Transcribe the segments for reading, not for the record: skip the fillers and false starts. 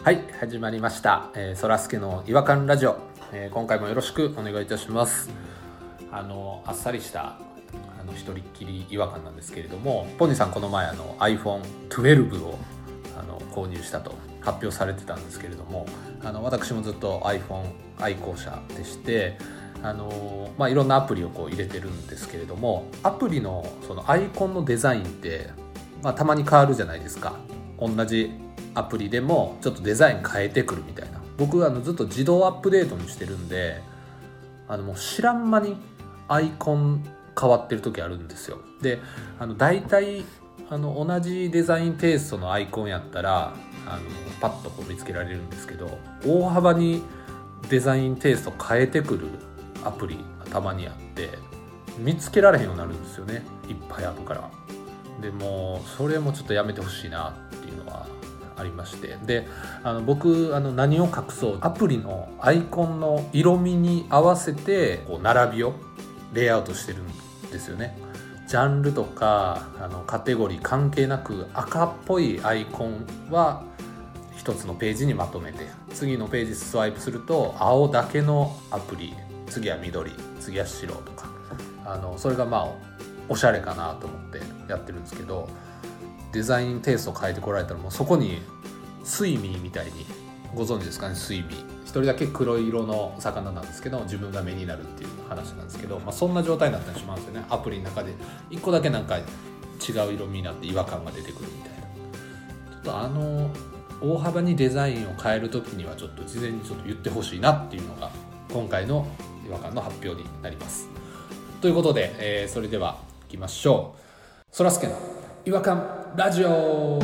はい、始まりました、そらすけの違和感ラジオ、今回もよろしくお願いいたします。あっさりした一人っきり違和感なんですけれども、ポニーさんこの前iPhone12 を購入したと発表されてたんですけれども、私もずっと iPhone 愛好者でして、いろんなアプリを入れてるんですけれども、アプリのそのアイコンのデザインって、たまに変わるじゃないですか。同じアプリでもちょっとデザイン変えてくるみたいな。僕ずっと自動アップデートにしてるんで、もう知らん間にアイコン変わってる時あるんですよ。で、大体同じデザインテイストのアイコンやったらパッと見つけられるんですけど、大幅にデザインテイスト変えてくるアプリがたまにあって、見つけられへんようになるんですよね。いっぱいあるから。でもそれもちょっとやめてほしいなっていうのはありまして、で僕何を隠そうアプリのアイコンの色味に合わせて並びをレイアウトしてるんですよね。ジャンルとかカテゴリー関係なく、赤っぽいアイコンは一つのページにまとめて、次のページスワイプすると青だけのアプリ、次は緑、次は白とか、それがおしゃれかなと思ってやってるんですけど、デザインテイスト変えてこられたらもうそこにスイミーみたいに、ご存知ですかね、スイミー。一人だけ黒い色の魚なんですけど、自分が目になるっていう話なんですけど、そんな状態になったりしますよね。アプリの中で一個だけなんか違う色味になって違和感が出てくるみたいな。ちょっと大幅にデザインを変えるときにはちょっと事前にちょっと言ってほしいなっていうのが今回の違和感の発表になります。ということで、それでは行きましょう。そらすけの違和感ラジオ。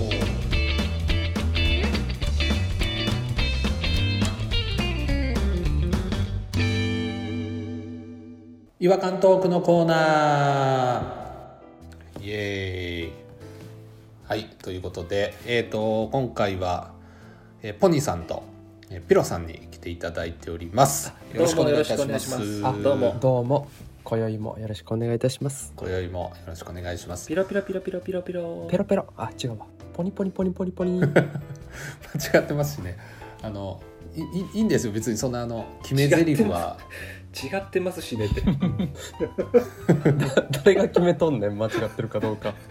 違和感トークのコーナー、イエーイ。はい、ということで、今回は、ポニーさんとピロさんに来ていただいております。よろしくお願いいたします。 どうも今宵もよろしくお願いいたします。 今宵もよろしくお願いします。 ピロピロピロピロピロピロペロペロ、違うわ、ポニポニポニポニポニ間違ってますしね。いいんですよ、別にそんな決め台詞は違ってますしねって誰が決めとんねん、間違ってるかどうか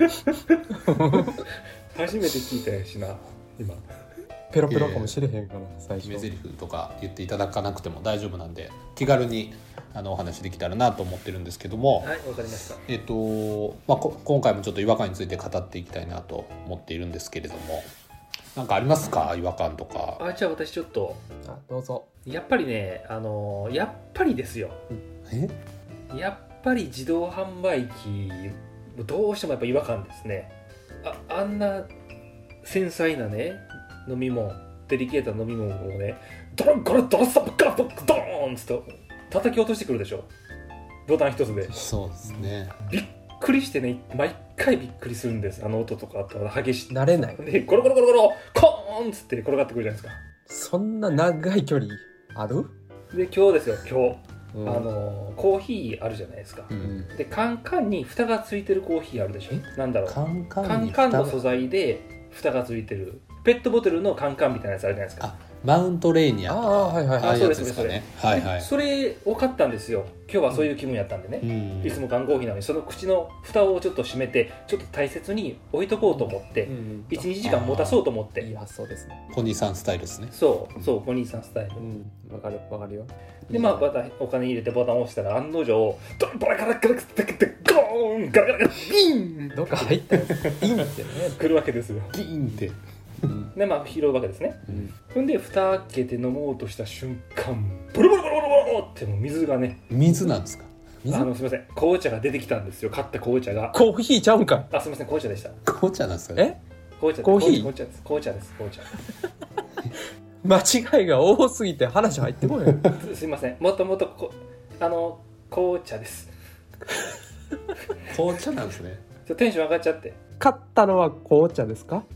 初めて聞いたやしな、今ペロペロかもしれへんかな。最初決め台詞とか言っていただかなくても大丈夫なんで、気軽にお話できたらなと思ってるんですけども、 はい、わかりました。 今回もちょっと違和感について語っていきたいなと思っているんですけれども、なんかありますか、違和感とか。 じゃあ私ちょっとどうぞ。 やっぱりね、やっぱりですよ、やっぱり自動販売機どうしてもやっぱ違和感ですね。あんな繊細なね飲み物、デリケートな飲み物をね、ドロンゴロドロッサブガラドーンつって叩き落としてくるでしょ、ボタン一つで。 そうですね。 びっくりしてね、毎回びっくりするんです。音とかあと激しい慣れないで、ゴロゴロゴロゴロコーンつって転がってくるじゃないですか。 そんな長い距離ある？ で今日ですよ、今日、コーヒーあるじゃないですか、でカンカンに蓋がついてるコーヒーあるでしょ。なんだろう、 カンカンの素材で蓋がついてるペットボトルのカンカンみたいなやつあるじゃないですか。 マウントレーニアとか、 はいはいはい、 そうですかね。はいはい。 それを買ったんですよ。今日はそういう気分やったんでね、いつも缶コーヒーなのにその口の蓋をちょっと閉めてちょっと大切に置いとこうと思って、1,2 時間持たそうと思って。 いい発想ですね。 ポニーさんスタイルですね。 そうポニーさんスタイル。 わかるよ。 でまたお金入れてボタンを押したら案の定ドンバラガラガラガラゴーンガラガラガラビーン、 どっか入ったよビンってね来るわけですよ。 ビーンって。 で拾うわけですね。ほんで蓋開けて飲もうとした瞬間、ボロボロボロボロボロってもう水がね。 水なんですか？ すいません、紅茶が出てきたんですよ。買った紅茶が。 コーヒーちゃうんか。 すいません、紅茶でした。 紅茶なんですかね？ 紅茶コーヒー紅茶です。紅茶です。 間違いが多すぎて話入ってこないすいません、もっともっと紅茶です。 紅茶なんですね。 テンション上がっちゃって。 買ったのは紅茶ですか？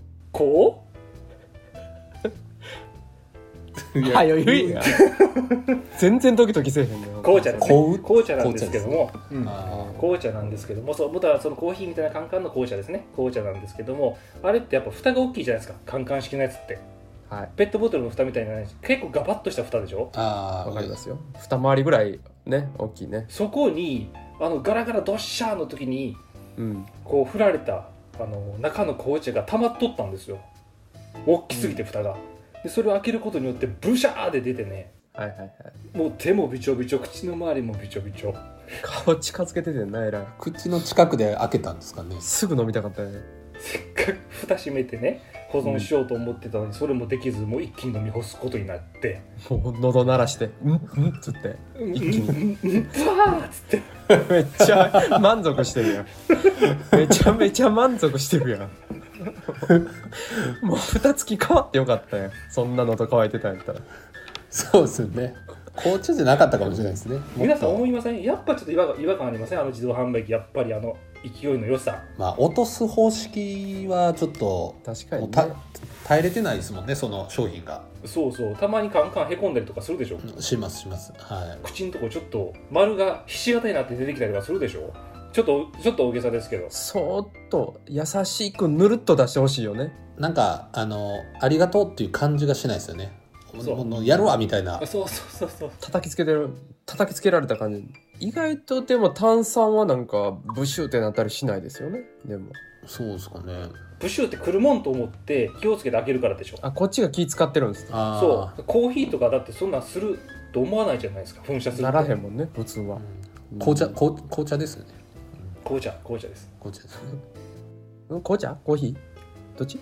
はよ言えや全然ドキドキせえへんね。 紅茶ですね。紅茶なんですけども、 紅茶なんですけども、そう、元はそのコーヒーみたいなカンカンの紅茶ですね。紅茶なんですけども、あれってやっぱ蓋が大きいじゃないですか、カンカン式のやつって。 はい、 ペットボトルの蓋みたいな結構ガバッとした蓋でしょ。 わかりますよ。二回りぐらいね大きいね。 そこにガラガラドッシャーの時に、こう振られた中の紅茶が溜まっとったんですよ。大きすぎて蓋が、でそれを開けることによってブシャーで出てね、 はいはいはい、 もう手もびちょびちょ、口の周りもびちょびちょ。 顔近づけててんな、えらい。 口の近くで開けたんですかね。 すぐ飲みたかったよね。 せっかく蓋閉めてね保存しようと思ってたのに、それもできず、もう一気に飲み干すことになって、 もう喉鳴らしてっつって一気にバーっつってめっちゃ満足してるやん。めちゃめちゃ満足してるやん。もう蓋付き変わってよかったよ、そんなのと乾いてたんやったら。 そうですよね。紅茶じゃなかったかもしれないですね。 皆さん思いません？やっぱちょっと違和感ありません？自動販売機、やっぱり勢いの良さ。 まあ落とす方式はちょっと確かに、ね、 耐えれてないですもんね、その商品が。 そうそう、たまにカンカンへこんだりとかするでしょ。 します、はい。 口のとこちょっと丸がひし形になって出てきたりとかするでしょ。ちょっと大げさですけど、 そーっと優しくぬるっと出してほしいよね。 なんかありがとうっていう感じがしないですよね。もうやるわみたいな。 そう叩きつけられた感じ。意外とでも炭酸はなんかブシューってなったりしないですよね。でもそうですかね。 ブシューってくるもんと思って気をつけて開けるからでしょ。 こっちが気使ってるんです。 そうコーヒーとかだってそんなんすると思わないじゃないですか、噴射すると。 ならへんもんね普通は、 紅茶ですよね。 紅茶です。 紅茶ですね。 紅茶コーヒーどっち？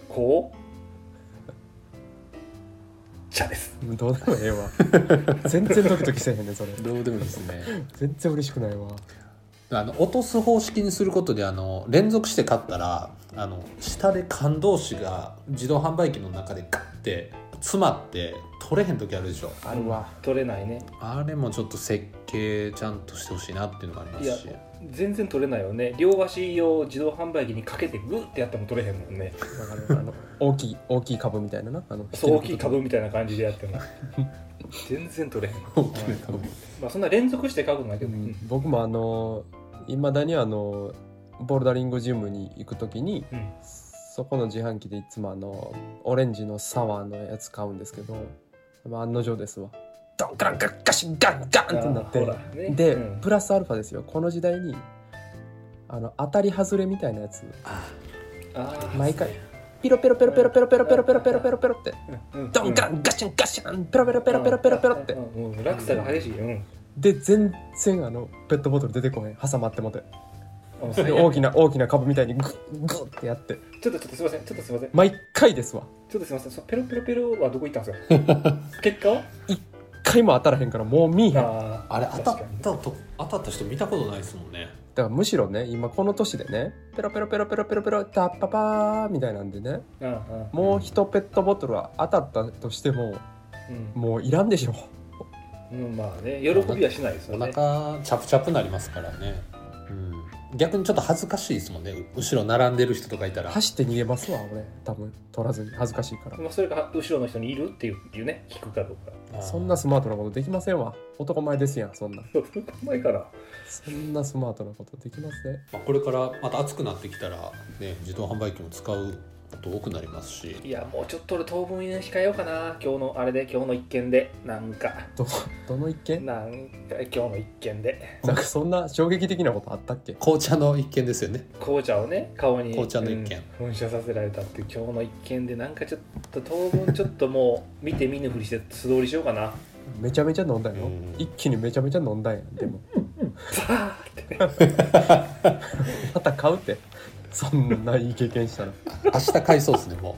茶です。 どうでもええわ。全然ドキドキせえへんねそれ。 どうでもいいですね。 全然嬉しくないわ。 落とす方式にすることで連続して買ったら下で缶同士が自動販売機の中でガッて詰まって取れへん時あるでしょ。 あるわ。 取れないね。あれもちょっと設計ちゃんとしてほしいなっていうのがありますし。 いや全然取れないよね。両端を自動販売機にかけてグッてやっても取れへんもんね。 大きい株みたいなそう大きい株みたいな感じでやっても全然取れへん。 大きな株、 まあそんな連続して買うことないけど、 僕もいまだにボルダリングジムに行くときに、そこの自販機でいつもオレンジのサワーのやつ買うんですけど、案の定ですわ。ドンガランガッガシンガンガンってなって、で、プラスアルファですよ、この時代に当たり外れみたいなやつ毎回ピロペロペロペロペロペロペロペロペロペロペロってドンガンガシンガシンペロペロペロペロペロペロって落差が激しい。 で全然ペットボトル出てこへん、挟まってもて、で大きな株みたいにグッってやって、 ちょっとすいません毎回ですわ。 ちょっとすいません、ペロペロペロはどこ行ったんですか？結果は一回も当たらへんからもう見えへん。 あれ当たった人見たことないですもんね。 だからむしろね、今この年でね、ペロペロペロペロペロペロタッパパーみたいなんでね、もう一ペットボトルは当たったとしても、もういらんでしょ。 まあね、喜びはしないですよね。 お腹チャプチャプなりますからね。逆にちょっと恥ずかしいですもんね、後ろ並んでる人とかいたら。 走って逃げますわ俺、多分取らずに、恥ずかしいから。 それが後ろの人にいるっていうね、聞くかどうか。 そんなスマートなことできませんわ。男前ですやん、そんな。 男前から。 そんなスマートなことできません。 これからまた暑くなってきたらね、自動販売機も使うこと多くなりますし。 いや、もうちょっと俺当分控えようかな。今日の一件でなんかどの一件？ なんか今日の一件でなんかそんな衝撃的なことあったっけ？ 紅茶の一件ですよね。 紅茶をね、顔に紅茶の一件、 噴射させられたっていう今日の一件で、なんかちょっと当分ちょっともう見て見ぬふりして素通りしようかな。 めちゃめちゃ飲んだよ。一気にめちゃめちゃ飲んだんやん。でもバーってまた買うって、そんないい経験したら明日買いそうですね。もう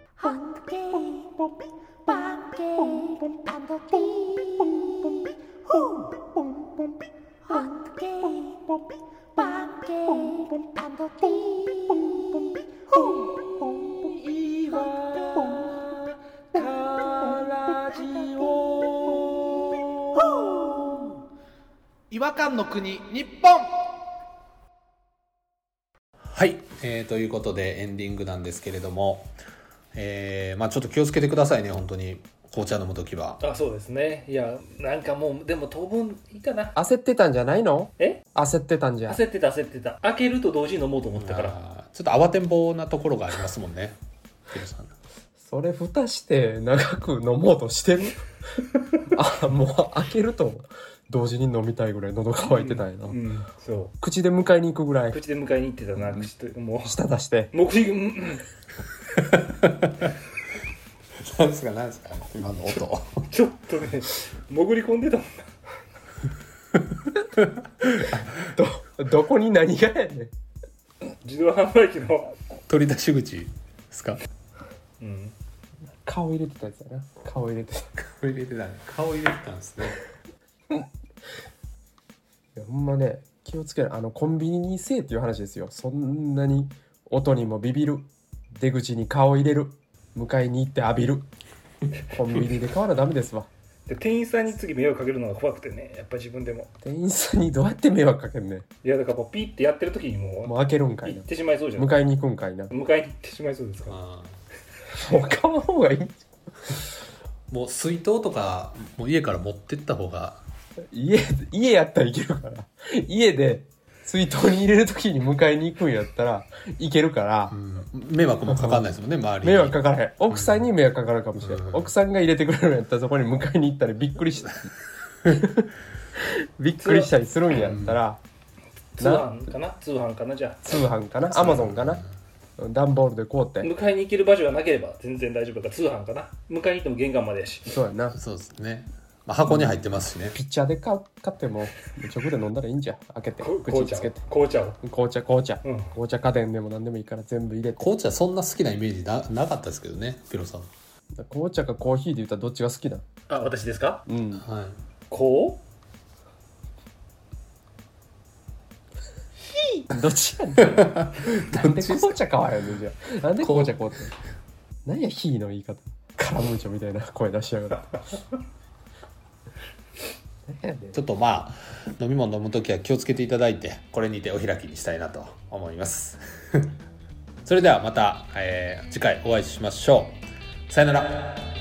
違和感の国日本。 はい、ということでエンディングなんですけれども、ちょっと気をつけてくださいね、本当に紅茶飲むときは。 そうですね。いや、なんかもうでも当分いいかな。 焦ってたんじゃないの？焦ってたんじゃ。 焦ってた。開けると同時に飲もうと思ったから。 ちょっと慌てんぼうなところがありますもんね。 それ蓋して長く飲もうとしてるもう開けると同時に飲みたいぐらい喉乾いてたんやな、 そう口で迎えに行くぐらい口で迎えに行ってたな、口ともう舌出してもう口なんですか今の音ちょっとね潜り込んでたもんなどこに何がやねん。 自動販売機の取り出し口ですか？ 顔入れてたやつやな。顔入れてた。 顔入れてたね。顔入れてたんですね。 いやほんまね、気をつける。コンビニにせえっていう話ですよ。そんなに音にもビビる、出口に顔入れる、迎えに行って浴びる。コンビニで買わなダメですわ。 で店員さんに次迷惑かけるのが怖くてね、やっぱ自分でも店員さんにどうやって迷惑かけんねん。 いやだからもうピッてやってる時にももう開けるんかいな。 行ってしまいそうじゃん。 迎えに行くんかいな。 迎えに行ってしまいそうですからもう買わん方がいい。 もう水筒とかもう家から持ってった方が家やったらいけるから。家で水筒に入れるときに迎えに行くんやったらいけるから、 迷惑もかかんないですもんね、周りに。 迷惑かからへん。奥さんに迷惑かかるかもしれない、奥さんが入れてくれるんやったらそこに迎えに行ったらびっくりしたびっくりしたりするんやったら、 通販かなじゃあ通販かな、アマゾンかな、段ボールで買うて迎えに行ける場所がなければ全然大丈夫だから通販かな。迎えに行っても玄関までやし。 そうやな。 そうですね、箱に入ってますしね。 ピッチャーで買っても直で飲んだらいいんじゃん。開けて口つけて紅茶、 紅茶家電でも何でもいいから全部入れて。 紅茶そんな好きなイメージ なかったですけどね、ピロさん。 紅茶かコーヒーで言ったらどっちが好きだ？ あ、私ですか？ はい。 こうどっちやねん。なんで紅茶買わへんのじゃあ。なんで紅茶買うてんの。何やヒーの言い方。カラムーチョみたいな声出しやがって。 ちょっと飲み物飲むときは気をつけていただいて、これにてお開きにしたいなと思いますそれではまた、次回お会いしましょう。さよなら。